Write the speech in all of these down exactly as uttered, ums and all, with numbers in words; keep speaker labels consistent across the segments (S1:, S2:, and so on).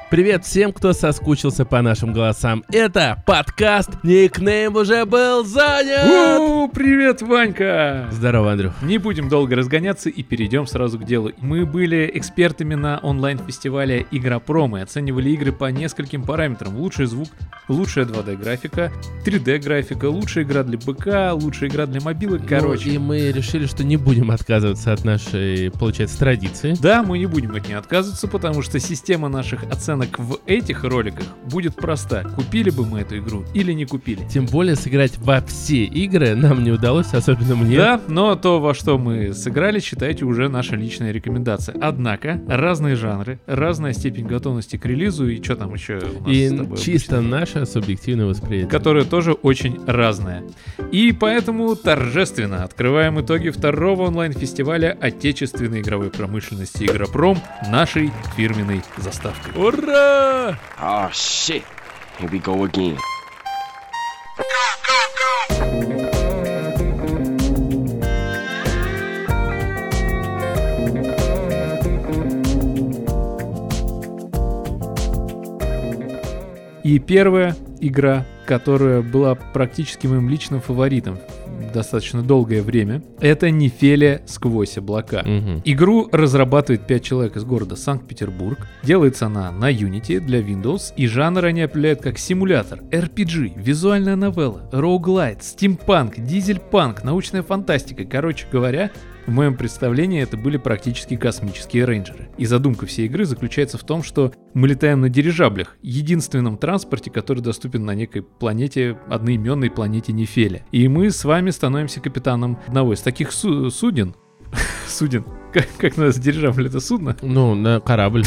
S1: Привет всем, кто соскучился по нашим голосам. Это подкаст «Никнейм уже был занят».
S2: У, привет, Ванька!
S1: Здорово, Андрюх.
S2: Не будем долго разгоняться и перейдем сразу к делу. Мы были экспертами на онлайн-фестивале Игропром и оценивали игры по нескольким параметрам. Лучший звук, лучшая два дэ графика, три дэ графика, лучшая игра для ПК, лучшая игра для мобилок, короче.
S1: Ну, и мы решили, что не будем отказываться от нашей, получается, традиции.
S2: Да, мы не будем от нее отказываться, потому что система наших оценок в этих роликах будет проста. Купили бы мы эту игру или не купили.
S1: Тем более сыграть во все игры нам не удалось, особенно мне.
S2: Да, но то, во что мы сыграли, считайте уже наша личная рекомендация. Однако, разные жанры, разная степень готовности к релизу и что там еще у нас
S1: И
S2: с тобой
S1: чисто
S2: обычно,
S1: наше субъективное восприятие.
S2: которое тоже очень разное. И поэтому торжественно открываем итоги второго онлайн-фестиваля отечественной игровой промышленности Игропром нашей фирменной заставкой.
S1: Ура!
S3: Oh shit, here we go again.
S2: И первая игра, которая была практически моим личным фаворитом достаточно долгое время, это Нефелия сквозь облака.
S1: Угу.
S2: Игру разрабатывает пять человек из города Санкт-Петербург. Делается она на Unity для Windows, и жанр они определяют как симулятор, эр пи джи, визуальная новелла, роуглайт, стимпанк, дизельпанк, научная фантастика. Короче говоря, в моем представлении это были практически космические рейнджеры. И задумка всей игры заключается в том, что мы летаем на дирижаблях, единственном транспорте, который доступен на некой планете, одноименной планете Нефелия. И мы с вами становимся капитаном одного из таких су- суден. Суден. Как, как называется дирижабль? Это судно?
S1: Ну, на корабль.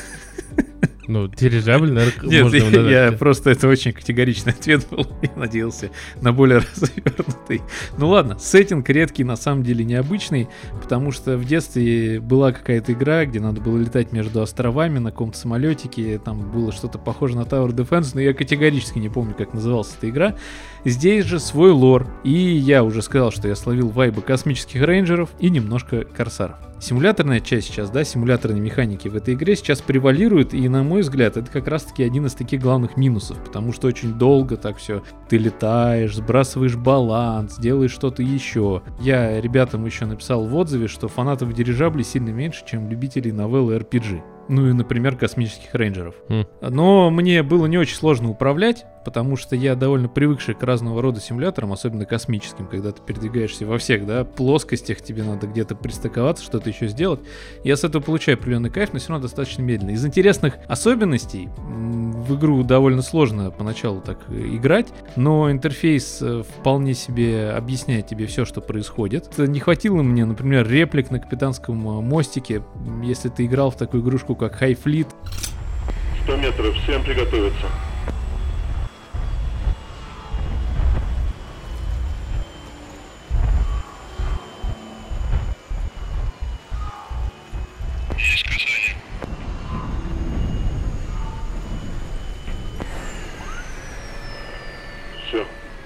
S1: Ну, дирижабль, наверное,
S2: Нет,
S1: можно
S2: я,
S1: его
S2: я
S1: назвать.
S2: просто это очень категоричный ответ был. Я надеялся на более развернутый. Ну ладно, сеттинг редкий, на самом деле необычный, потому что в детстве была какая-то игра, где надо было летать между островами на каком-то самолетике, там было что-то похоже на Tower Defense, но я категорически не помню, как называлась эта игра. Здесь же свой лор, и я уже сказал, что я словил вайбы космических рейнджеров и немножко корсаров. Симуляторная часть сейчас, да, симуляторные механики в этой игре сейчас превалируют, и, на мой взгляд, это как раз-таки один из таких главных минусов, потому что очень долго так все ты летаешь, сбрасываешь баланс, делаешь что-то еще. Я ребятам еще написал в отзыве, что фанатов дирижаблей сильно меньше, чем любителей новеллы эр пи джи. Ну и, например, космических рейнджеров.
S1: Хм.
S2: Но мне было не очень сложно управлять, потому что я довольно привыкший к разного рода симуляторам, особенно космическим, когда ты передвигаешься во всех, да, плоскостях, тебе надо где-то пристыковаться, что-то еще сделать. Я с этого получаю определенный кайф, но все равно достаточно медленно. Из интересных особенностей м, в игру довольно сложно поначалу так играть, но интерфейс э, вполне себе объясняет тебе все, что происходит. Не хватило мне, например, реплик на капитанском э, мостике, если ты играл в такую игрушку, как High Fleet.
S4: сто метров, всем приготовиться. Есть касание. Все.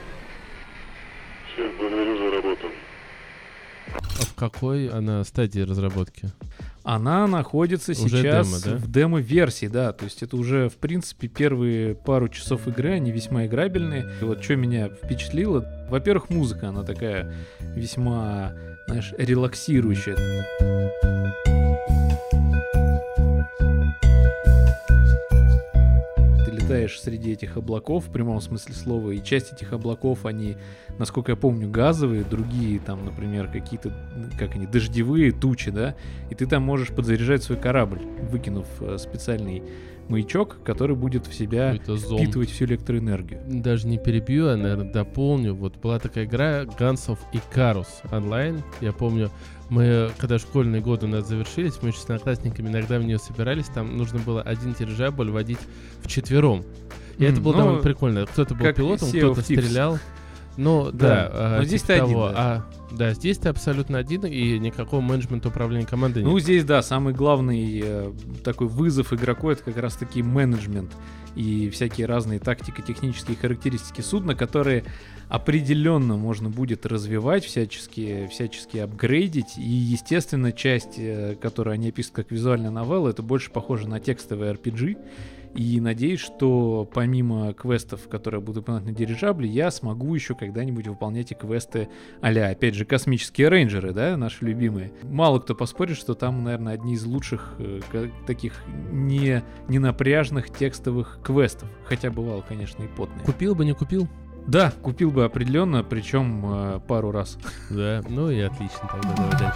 S4: Всех благодарю за работу.
S1: А в какой она стадии разработки?
S2: Она находится
S1: Уже
S2: сейчас
S1: демо, да?
S2: в демо-версии, да, то есть это уже, в принципе, первые пару часов игры, они весьма играбельные. И вот что меня впечатлило, во-первых, музыка, она такая весьма, знаешь, релаксирующая. Ты летаешь среди этих облаков, в прямом смысле слова, и часть этих облаков, они, насколько я помню, газовые, другие там, например, какие-то, как они, дождевые тучи, да, и ты там можешь подзаряжать свой корабль, выкинув э, специальный маячок, который будет в себя
S1: Какой-то зонд.
S2: впитывать всю электроэнергию.
S1: Даже не перебью, а, наверное, дополню. Вот была такая игра Guns of Icarus онлайн. Я помню, мы, когда школьные годы у нас завершились, мы еще с одноклассниками иногда в нее собирались. Там нужно было один дирижабль водить вчетвером. И
S2: Mm,
S1: это было
S2: ну,
S1: довольно прикольно. Кто-то был
S2: как
S1: пилотом,
S2: Sea of
S1: кто-то
S2: Thieves.
S1: стрелял. Ну,
S2: Да,
S1: да, а,
S2: но здесь
S1: типа
S2: ты один,
S1: того.
S2: да.
S1: А, да, здесь ты абсолютно один, и никакого менеджмента управления командой
S2: Ну,
S1: нет.
S2: здесь, да, самый главный э, такой вызов игроку — это как раз-таки менеджмент и всякие разные тактико-технические характеристики судна, которые определенно можно будет развивать, всячески, всячески апгрейдить. И, естественно, часть, э, которую они описывают как визуальная новелла, это больше похоже на текстовый эр пи джи. И надеюсь, что помимо квестов, которые будут выполнять на дирижабле, я смогу еще когда-нибудь выполнять и квесты а-ля, опять же, космические рейнджеры, да, наши любимые. Мало кто поспорит, что там, наверное, одни из лучших э, таких не, не напряжных текстовых квестов. Хотя бывало, конечно, и потные.
S1: Купил бы, не купил?
S2: Да, купил бы определенно, причем э, пару раз.
S1: Да, ну и отлично, тогда давай дальше.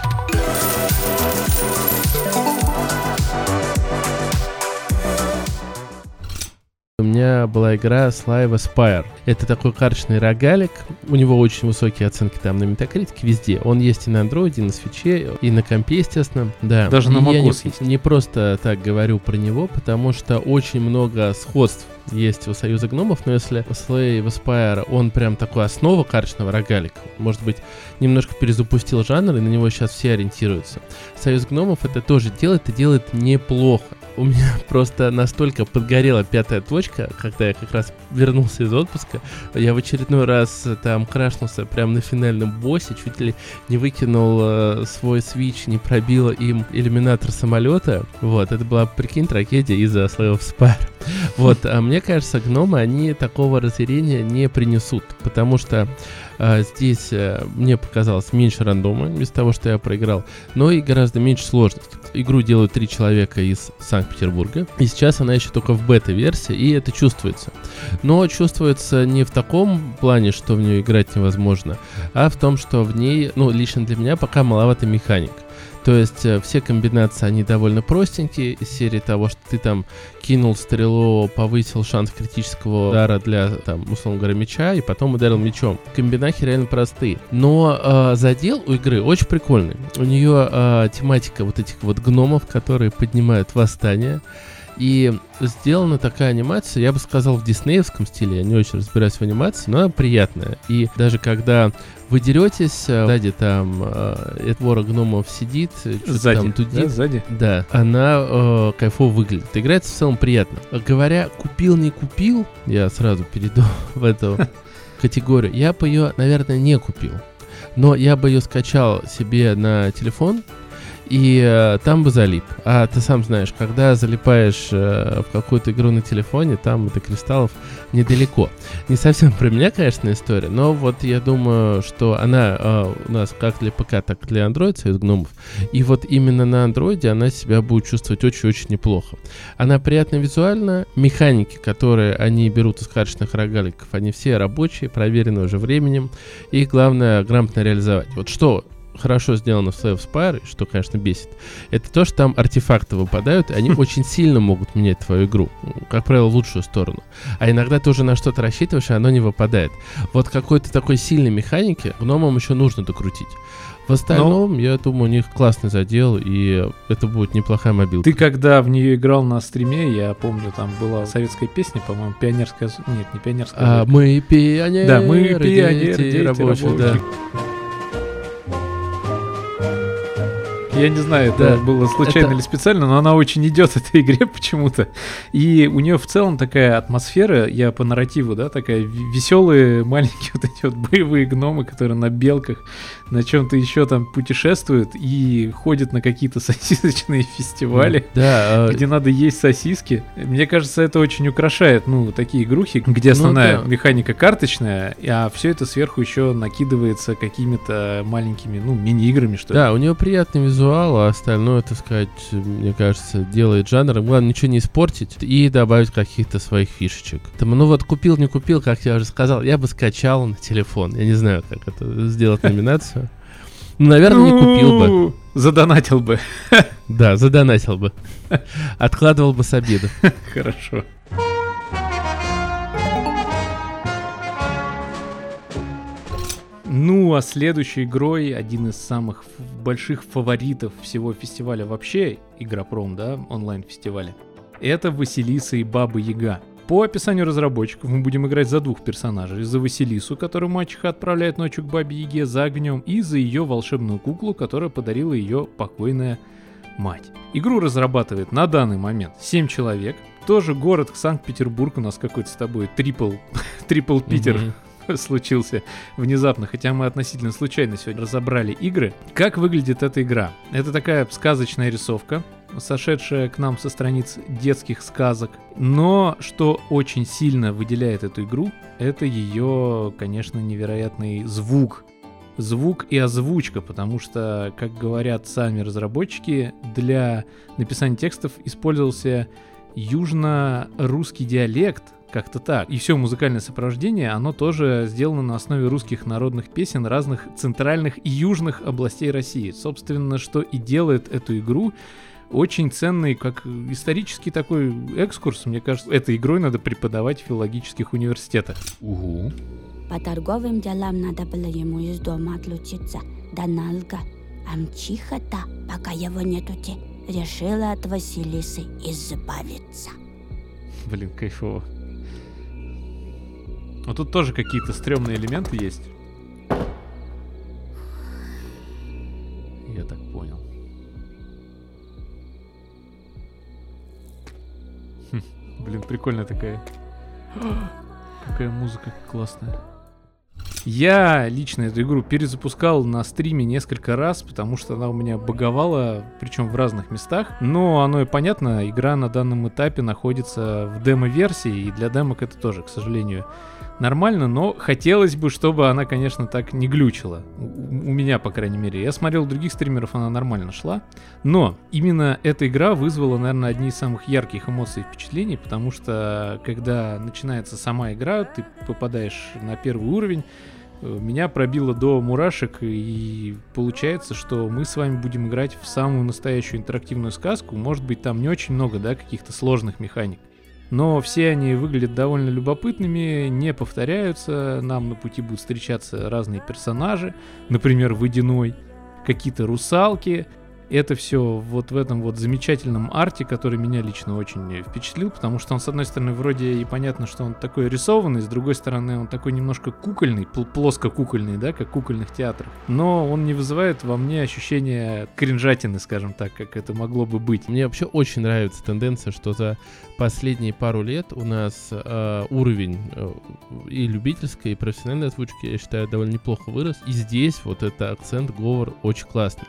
S1: У меня была игра Slay the Spire. Это такой карточный рогалик. У него очень высокие оценки там на Metacritic везде. Он есть и на андроиде, и на свитче, и на компе, естественно. Да.
S2: Даже на
S1: macOS я не,
S2: есть.
S1: не просто так говорю про него, потому что очень много сходств есть у Союза гномов, но если Slay the Spire, он прям такой основа карточного рогалика, может быть, немножко перезапустил жанр, и на него сейчас все ориентируются. Союз гномов это тоже делает, и делает неплохо. У меня просто настолько подгорела пятая точка, когда я как раз вернулся из отпуска. Я в очередной раз там крашнулся прямо на финальном боссе, чуть ли не выкинул э, свой свитч, не пробил им иллюминатор самолета. Вот, это была, прикинь, трагедия из-за Slay the Spire. Вот, а мне кажется, гномы, они такого разъярения не принесут, потому что а, здесь а, мне показалось меньше рандома из того, что я проиграл, но и гораздо меньше сложности. Игру делают три человека из Санкт-Петербурга, и сейчас она еще только в бета-версии, и это чувствуется. Но чувствуется не в таком плане, что в нее играть невозможно, а в том, что в ней, ну, лично для меня пока маловато механик. То есть э, все комбинации, они довольно простенькие, из серии того, что ты там кинул стрелу, повысил шанс критического удара для, там, условно говоря, меча, и потом ударил мечом. Комбинахи реально простые. Но э, задел у игры очень прикольный. У нее э, тематика вот этих вот гномов, которые поднимают восстание. И сделана такая анимация, я бы сказал, в диснеевском стиле. Я не очень разбираюсь в анимации, но она приятная. И даже когда вы деретесь, сзади там э, вора гномов сидит,
S2: сзади,
S1: там тудит.
S2: Да, сзади.
S1: Да, она э, кайфово выглядит. Играется в целом приятно. Говоря, купил, не купил, я сразу перейду в эту категорию. Я бы ее, наверное, не купил. Но я бы ее скачал себе на телефон, и э, там бы залип. А ты сам знаешь, когда залипаешь э, в какую-то игру на телефоне, там до кристаллов недалеко. Не совсем про меня, конечно, история, но вот я думаю, что она э, у нас как для ПК, так и для Android, Союз гномов. И вот именно на Android она себя будет чувствовать очень-очень неплохо. Она приятна визуально, механики, которые они берут из карточных рогаликов, они все рабочие, проверены уже временем, и главное, грамотно реализовать. Вот что хорошо сделано в Slay the Spire, что, конечно, бесит, это то, что там артефакты выпадают, и они очень сильно могут менять твою игру, как правило, в лучшую сторону. А иногда ты уже на что-то рассчитываешь, и оно не выпадает. Вот какой-то такой сильной механики гномам еще нужно докрутить. В остальном, Но... я думаю, у них классный задел, и это будет неплохая мобилка.
S2: Ты когда в нее играл на стриме, я помню, там была советская песня, по-моему, пионерская... Нет, не пионерская.
S1: А, мы пионеры,
S2: да, мы пионеры, дети, дети
S1: рабочие,
S2: рабочих.
S1: Да.
S2: Я не знаю, это
S1: да,
S2: было случайно
S1: это...
S2: или специально, но она очень идет этой игре почему-то. И у нее в целом такая атмосфера, я по нарративу, да, такая веселые маленькие вот эти вот боевые гномы, которые на белках, на чем-то еще там путешествуют и ходят на какие-то сосисочные фестивали,
S1: да,
S2: где а... надо есть сосиски. Мне кажется, это очень украшает, ну, такие игрухи, где основная ну, да. механика карточная, а все это сверху еще накидывается какими-то маленькими, ну, мини-играми, что ли.
S1: Да, у нее приятный визуал, а остальное, так сказать, мне кажется, делает жанр. Главное, ничего не испортить и добавить каких-то своих фишечек. Там, ну вот, купил, не купил, как я уже сказал, я бы скачал на телефон. Я не знаю, как это сделать номинацию. Ну, наверное, не купил бы.
S2: Задонатил бы.
S1: Да, задонатил бы. Откладывал бы с обеда.
S2: Хорошо. Ну, а следующей игрой, один из самых больших фаворитов всего фестиваля вообще, Игропром, да, онлайн-фестиваля, это Василиса и Баба Яга. По описанию разработчиков мы будем играть за двух персонажей. За Василису, которую мачеха отправляет ночью к Бабе Яге за огнем, и за ее волшебную куклу, которая подарила ее покойная мать. Игру разрабатывает на данный момент семь человек. Тоже город Санкт-Петербург, у нас какой-то с тобой трипл, трипл Питер. Mm-hmm. случился внезапно, хотя мы относительно случайно сегодня разобрали игры. Как выглядит эта игра? Это такая сказочная рисовка, сошедшая к нам со страниц детских сказок. Но что очень сильно выделяет эту игру, это ее, конечно, невероятный звук. Звук и озвучка, потому что, как говорят сами разработчики, для написания текстов использовался южно-русский диалект, как-то так. И все музыкальное сопровождение, оно тоже сделано на основе русских народных песен разных центральных и южных областей России. Собственно, что и делает эту игру очень ценный, как исторический такой экскурс. Мне кажется, этой игрой надо преподавать в филологических университетах.
S5: Угу. По торговым делам надо было ему из дома отлучиться до Налга. А мчиха-то, пока его нету-те, решила от Василисы избавиться.
S2: Блин, кайфово. Но тут тоже какие-то стрёмные элементы есть. Я так понял. Хм, блин, прикольная такая. Какая музыка классная. Я лично эту игру перезапускал на стриме несколько раз, потому что она у меня баговала, причем в разных местах. Но оно и понятно, игра на данном этапе находится в демо-версии, и для демок это тоже, к сожалению, нормально, но хотелось бы, чтобы она, конечно, так не глючила. У, у меня, по крайней мере. Я смотрел у других стримеров, она нормально шла. Но именно эта игра вызвала, наверное, одни из самых ярких эмоций и впечатлений, потому что, когда начинается сама игра, ты попадаешь на первый уровень, меня пробило до мурашек, и получается, что мы с вами будем играть в самую настоящую интерактивную сказку. Может быть, там не очень много, да, каких-то сложных механик. Но все они выглядят довольно любопытными, не повторяются, нам на пути будут встречаться разные персонажи, например, водяной, какие-то русалки. Это все вот в этом вот замечательном арте, который меня лично очень впечатлил, потому что он, с одной стороны, вроде и понятно, что он такой рисованный, с другой стороны, он такой немножко кукольный, плоско-кукольный, да, как в кукольных театрах. Но он не вызывает во мне ощущения кринжатины, скажем так, как это могло бы быть.
S1: Мне вообще очень нравится тенденция, что за последние пару лет у нас э, уровень э, и любительской, и профессиональной озвучки, я считаю, довольно неплохо вырос. И здесь вот это акцент, говор очень классный.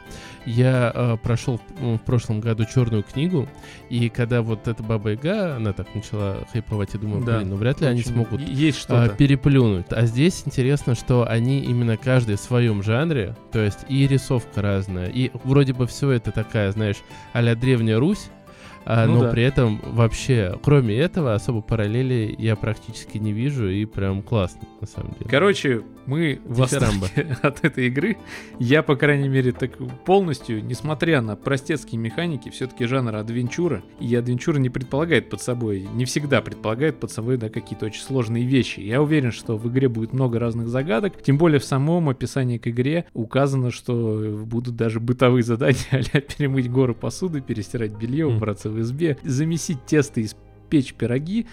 S1: Я э, прошел в, в прошлом году «Черную книгу», и когда вот эта Баба Яга, она так начала хайповать, я думаю,
S2: да,
S1: блин, ну вряд ли они смогут
S2: есть что-то.
S1: э, переплюнуть. А здесь интересно, что они именно каждый в своем жанре, то есть и рисовка разная, и вроде бы все это такая, знаешь, а-ля Древняя Русь, А,
S2: ну
S1: но
S2: да.
S1: при этом вообще, кроме этого, особо параллели я практически не вижу, и прям классно, на самом деле.
S2: Короче, мы в восторге от этой игры. Я, по крайней мере, так полностью, несмотря на простецкие механики, все-таки жанр адвенчура, и адвенчура не предполагает под собой, не всегда предполагает под собой, да, какие-то очень сложные вещи. Я уверен, что в игре будет много разных загадок, тем более в самом описании к игре указано, что будут даже бытовые задания, а-ля перемыть горы посуды, перестирать белье, убраться в избе, замесить тесто и испечь пироги.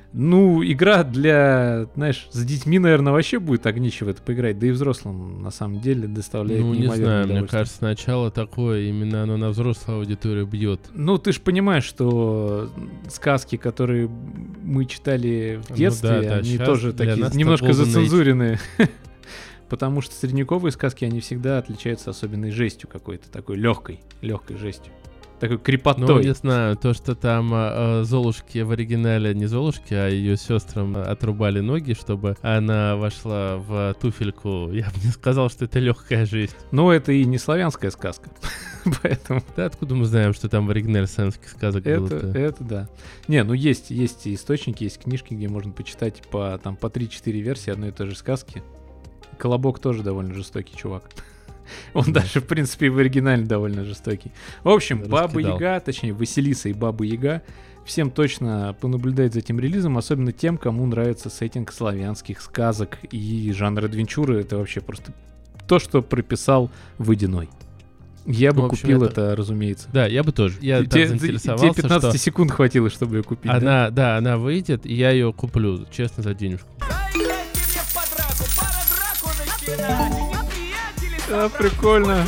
S2: Ну, игра для, знаешь, с детьми, наверное, вообще будет огнище в это поиграть, да и взрослым, на самом деле, доставляет
S1: Ну, не
S2: неимоверное
S1: знаю, мне
S2: удовольствие.
S1: кажется, начало такое, именно оно на взрослую аудиторию бьет.
S2: Ну, ты же понимаешь, что сказки, которые мы читали в детстве,
S1: ну, да, да,
S2: они
S1: щас
S2: тоже
S1: для
S2: такие
S1: нас
S2: немножко
S1: это golden age.
S2: зацензуренные. Потому что средневековые сказки, они всегда отличаются особенной жестью какой-то, такой легкой, легкой жестью. Такой крепотой.
S1: Ну, не знаю, то, что там э, Золушке в оригинале не Золушке, а ее сестрам отрубали ноги, чтобы она вошла в туфельку, я бы не сказал, что это легкая жесть.
S2: Но это и не славянская сказка. Поэтому...
S1: Да откуда мы знаем, что там в оригинале славянских сказок
S2: это,
S1: было-то?
S2: Это да. Не, ну есть, есть источники, есть книжки, где можно почитать по, там, по три-четыре версии одной и той же сказки. Колобок тоже довольно жестокий чувак. Он да. даже, в принципе, и в оригинале довольно жестокий. В общем, Баба Яга, точнее, Василиса и Баба Яга, всем точно понаблюдать за этим релизом, особенно тем, кому нравится сеттинг славянских сказок и жанр адвенчуры. Это вообще просто то, что прописал Водяной. Я бы
S1: в общем,
S2: купил
S1: это...
S2: это, разумеется.
S1: Да, я бы тоже. Я
S2: Тебе,
S1: так заинтересовался,
S2: тебе пятнадцать
S1: что
S2: секунд хватило, чтобы ее купить,
S1: она,
S2: да?
S1: Да, она выйдет, и я ее куплю, честно, за денежку.
S2: А, прикольно.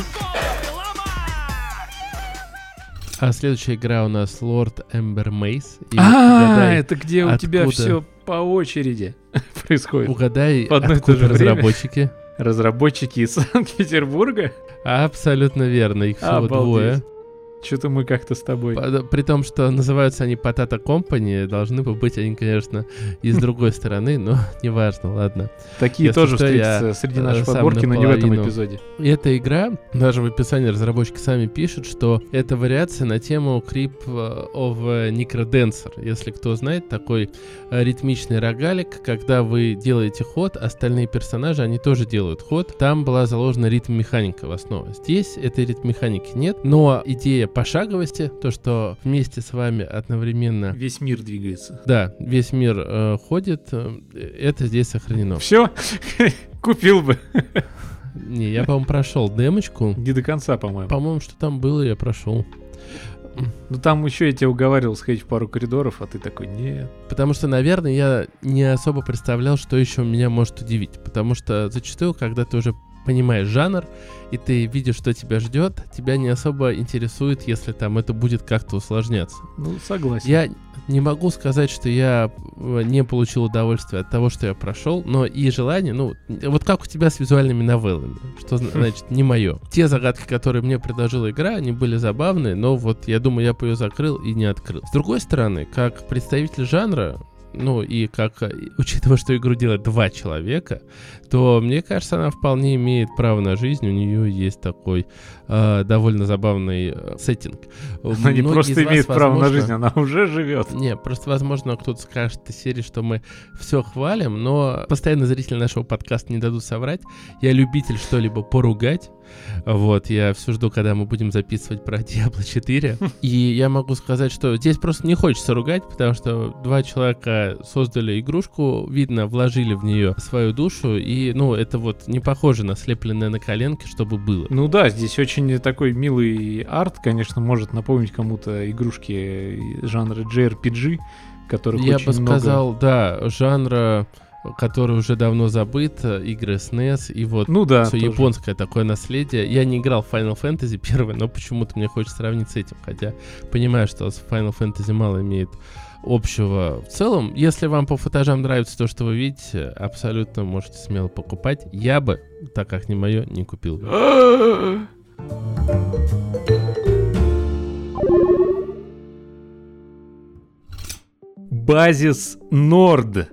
S1: А следующая игра у нас Lord Ember Maze. И
S2: А,
S1: угадай,
S2: это где у
S1: откуда...
S2: тебя все по очереди происходит.
S1: Угадай,
S2: в одно и то
S1: откуда
S2: же время.
S1: разработчики.
S2: Разработчики из Санкт-Петербурга?
S1: Абсолютно верно, их всего
S2: Обалдеть.
S1: двое.
S2: Что-то мы как-то с тобой...
S1: По- При том, что называются они Potato Company, должны бы быть они, конечно, и с другой стороны, но неважно, ладно.
S2: Такие
S1: Если
S2: тоже
S1: что,
S2: встретятся
S1: я,
S2: среди
S1: э,
S2: нашей
S1: сам
S2: подборки, но не в этом
S1: наполовину.
S2: эпизоде.
S1: И эта игра, даже в описании разработчики сами пишут, что это вариация на тему Creep of Necrodancer. Если кто знает, такой э, ритмичный рогалик, когда вы делаете ход, остальные персонажи, они тоже делают ход. Там была заложена ритм-механика в основу. Здесь этой ритм-механики нет, но идея пошаговости, то, что вместе с вами одновременно...
S2: Весь мир двигается.
S1: Да, весь мир э, ходит, э, это здесь сохранено.
S2: Все? Купил бы.
S1: Не, я, по-моему, прошел демочку.
S2: Не до конца, по-моему.
S1: По-моему, что там было, я прошел.
S2: Ну там еще я тебя уговаривал сходить в пару коридоров, а ты такой, нет.
S1: Потому что, наверное, я не особо представлял, что еще меня может удивить. Потому что зачастую, когда ты уже понимаешь жанр, и ты видишь, что тебя ждет, тебя не особо интересует, если там это будет как-то усложняться.
S2: Ну, согласен.
S1: Я не могу сказать, что я не получил удовольствия от того, что я прошел, но и желание, ну, вот как у тебя с визуальными новеллами, что значит не мое. Те загадки, которые мне предложила игра, они были забавные, но вот я думаю, я бы ее закрыл и не открыл. С другой стороны, как представитель жанра, ну и как, учитывая, что игру делает два человека, то, мне кажется, она вполне имеет право на жизнь, у нее есть такой э, довольно забавный э, сеттинг.
S2: Она не
S1: Многие
S2: просто
S1: из вас,
S2: имеет право
S1: возможно,
S2: на жизнь, она уже живет.
S1: Не, просто, возможно, кто-то скажет из серии, что мы все хвалим, но постоянно зрители нашего подкаста не дадут соврать. Я любитель что-либо поругать. Вот, я все жду, когда мы будем записывать про Diablo четыре. И я могу сказать, что здесь просто не хочется ругать, потому что два человека создали игрушку, видно, вложили в нее свою душу, и, ну, это вот не похоже на слепленное на коленке, чтобы было.
S2: Ну да, здесь очень такой милый арт, конечно, может напомнить кому-то игрушки жанра джей ар пи джи, которых
S1: Я
S2: очень
S1: бы
S2: много.
S1: сказал, да, жанра, который уже давно забыт, игры эс эн и эс, и вот
S2: Ну да,
S1: все
S2: тоже.
S1: японское такое наследие. Я не играл в Final Fantasy первый, но почему-то мне хочется сравнить с этим, хотя понимаю, что с Final Fantasy мало имеет общего. В целом, если вам по футажам нравится то, что вы видите, абсолютно можете смело покупать. Я бы, так как не мое, не купил.
S2: Базис Норд.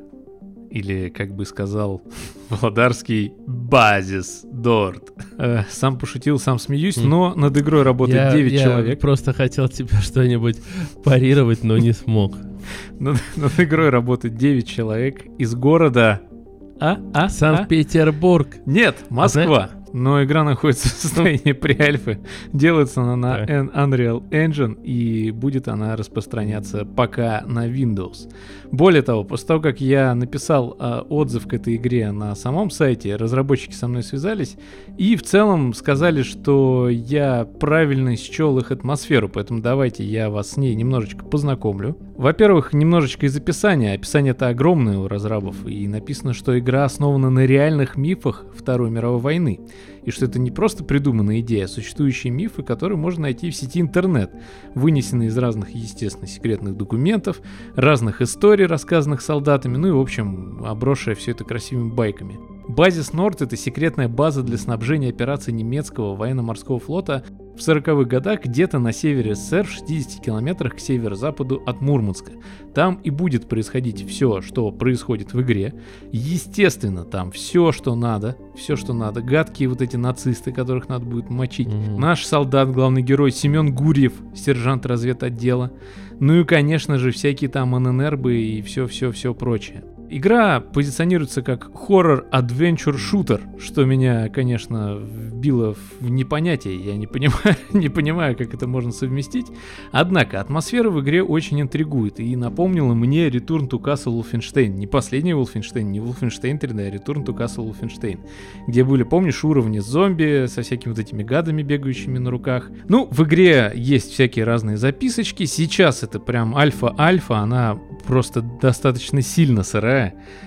S2: Или, как бы сказал Володарский, Базис Норд. Э, сам пошутил, сам смеюсь, но над игрой работает
S1: Я-
S2: девять
S1: я
S2: человек.
S1: просто хотел тебе что-нибудь парировать, но не смог.
S2: Над, над игрой работает девять человек из города... А? А? А?
S1: Санкт-Петербург.
S2: Нет, Москва. Но игра находится в состоянии преальфы. Делается она на
S1: Так.
S2: Unreal Engine, и будет она распространяться пока на Windows. Более того, после того, как я написал э, отзыв к этой игре на самом сайте, разработчики со мной связались и в целом сказали, что я правильно счел их атмосферу, поэтому давайте я вас с ней немножечко познакомлю. Во-первых, немножечко из описания. Описание-то огромное у разрабов, и написано, что игра основана на реальных мифах Второй мировой войны. И что это не просто придуманная идея, а существующие мифы, которые можно найти в сети интернет, вынесенные из разных, естественно, секретных документов, разных историй, рассказанных солдатами, ну и, в общем, обросшая все это красивыми байками. Базис Норд — это секретная база для снабжения операций немецкого военно-морского флота в сороковых годах где-то на севере эс эс эс эр в шестидесяти километрах к северо-западу от Мурманска. Там и будет происходить все, что происходит в игре. Естественно, там все, что надо, все, что надо. Гадкие вот эти нацисты, которых надо будет мочить.
S1: Мгм.
S2: Наш солдат, главный герой Семен Гурьев, сержант разведотдела. Ну и, конечно же, всякие там эн эн эр-бы и все-все-все прочее. Игра позиционируется как хоррор-адвенчур-шутер, что меня, конечно, вбило в непонятие. Я не понимаю, не понимаю, как это можно совместить. Однако атмосфера в игре очень интригует и напомнила мне Return to Castle Wolfenstein. Не последний Wolfenstein, не Wolfenstein три, да, а Return to Castle Wolfenstein. Где были, помнишь, уровни с зомби, со всякими вот этими гадами, бегающими на руках. Ну, в игре есть всякие разные записочки. Сейчас это прям альфа-альфа, она просто достаточно сильно сырая.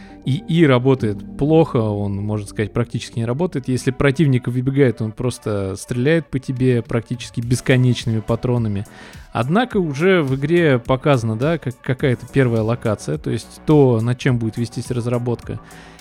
S2: ИИ работает плохо, он, можно сказать, практически не работает. Если противник выбегает, он просто стреляет по тебе практически бесконечными патронами. Однако уже в игре показано, да, как какая-то первая локация, то есть то, над чем будет вестись разработка.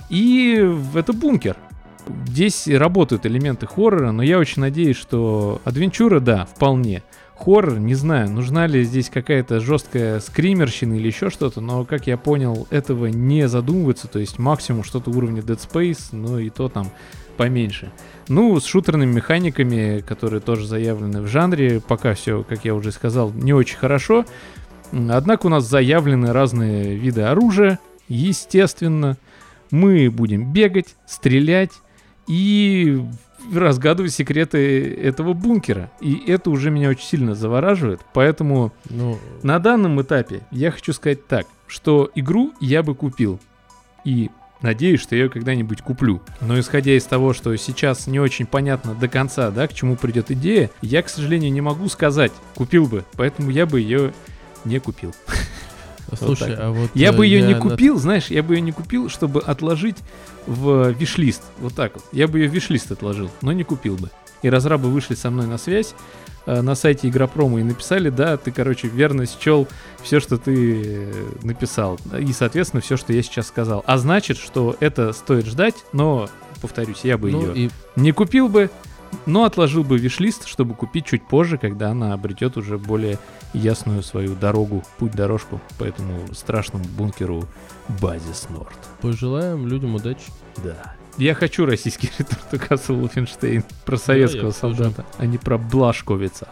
S2: И это бункер. Здесь работают элементы хоррора, но я очень надеюсь, что адвенчура, да, вполне. хоррор, не знаю, нужна ли здесь какая-то жесткая скримерщина или еще что-то, но, как я понял, этого не задумывается, то есть максимум что-то уровня Dead Space, ну и то там поменьше. Ну, с шутерными механиками, которые тоже заявлены в жанре, пока все, как я уже сказал, не очень хорошо. Однако у нас заявлены разные виды оружия, естественно. Мы будем бегать, стрелять и разгадывать секреты этого бункера. И это уже меня очень сильно завораживает. Поэтому
S1: Ну,
S2: на данном этапе я хочу сказать так, что игру я бы купил. И надеюсь, что я ее когда-нибудь куплю. Но исходя из того, что сейчас не очень понятно до конца, да, к чему придет идея, я, к сожалению, не могу сказать, купил бы. Поэтому я бы ее не купил.
S1: слушай,
S2: так.
S1: а вот...
S2: Я
S1: э,
S2: бы ее не
S1: на-
S2: купил, знаешь, я бы ее не купил, чтобы отложить в виш-лист. Вот так вот. Я бы ее в виш-лист отложил, но не купил бы. И разрабы вышли со мной на связь э, на сайте Игропрома и написали, да, ты, короче, верно счел все, что ты э, написал. И, соответственно, все, что я сейчас сказал. А значит, что это стоит ждать, но, повторюсь, я бы
S1: Ну,
S2: ее
S1: и
S2: не купил бы, но отложил бы виш-лист, чтобы купить чуть позже, когда она обретет уже более ясную свою дорогу, путь-дорожку по этому страшному бункеру Базис Норд.
S1: пожелаем людям удачи.
S2: Да. Я хочу российский Return to Castle Wolfenstein про советского
S1: я
S2: солдата, а не про Блашковица.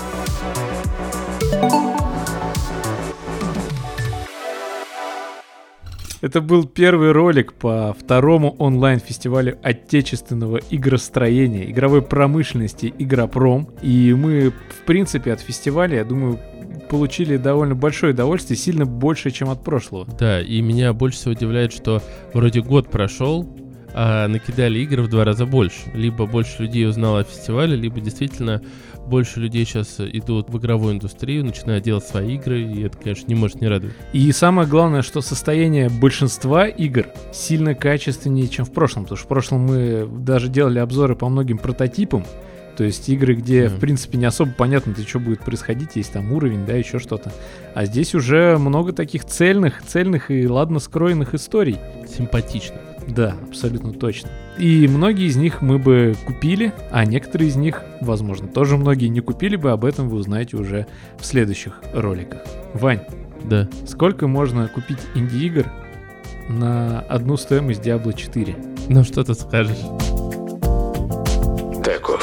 S2: Это был первый ролик по второму онлайн-фестивалю отечественного игростроения, игровой промышленности Игропром. И мы, в принципе, от фестиваля, я думаю, получили довольно большое удовольствие, сильно больше, чем от прошлого.
S1: Да, и меня больше всего удивляет, что вроде год прошел, а накидали игр в два раза больше. Либо больше людей узнало о фестивале, либо действительно больше людей сейчас идут в игровую индустрию, начинают делать свои игры, и это, конечно, не может не радовать.
S2: И самое главное, что состояние большинства игр сильно качественнее, чем в прошлом. Потому что в прошлом мы даже делали обзоры по многим прототипам. То есть игры, где,
S1: Да.
S2: в принципе, не особо понятно, что будет происходить, есть там уровень, да, еще что-то. А здесь уже много таких цельных, цельных и ладно скроенных историй.
S1: Симпатично.
S2: Да, абсолютно точно. И многие из них мы бы купили, а некоторые из них, возможно, тоже многие не купили бы. Об этом вы узнаете уже в следующих роликах. Вань,
S1: Да.
S2: сколько можно купить инди-игр на одну стоимость Diablo четыре?
S1: Ну что ты скажешь?
S6: Такой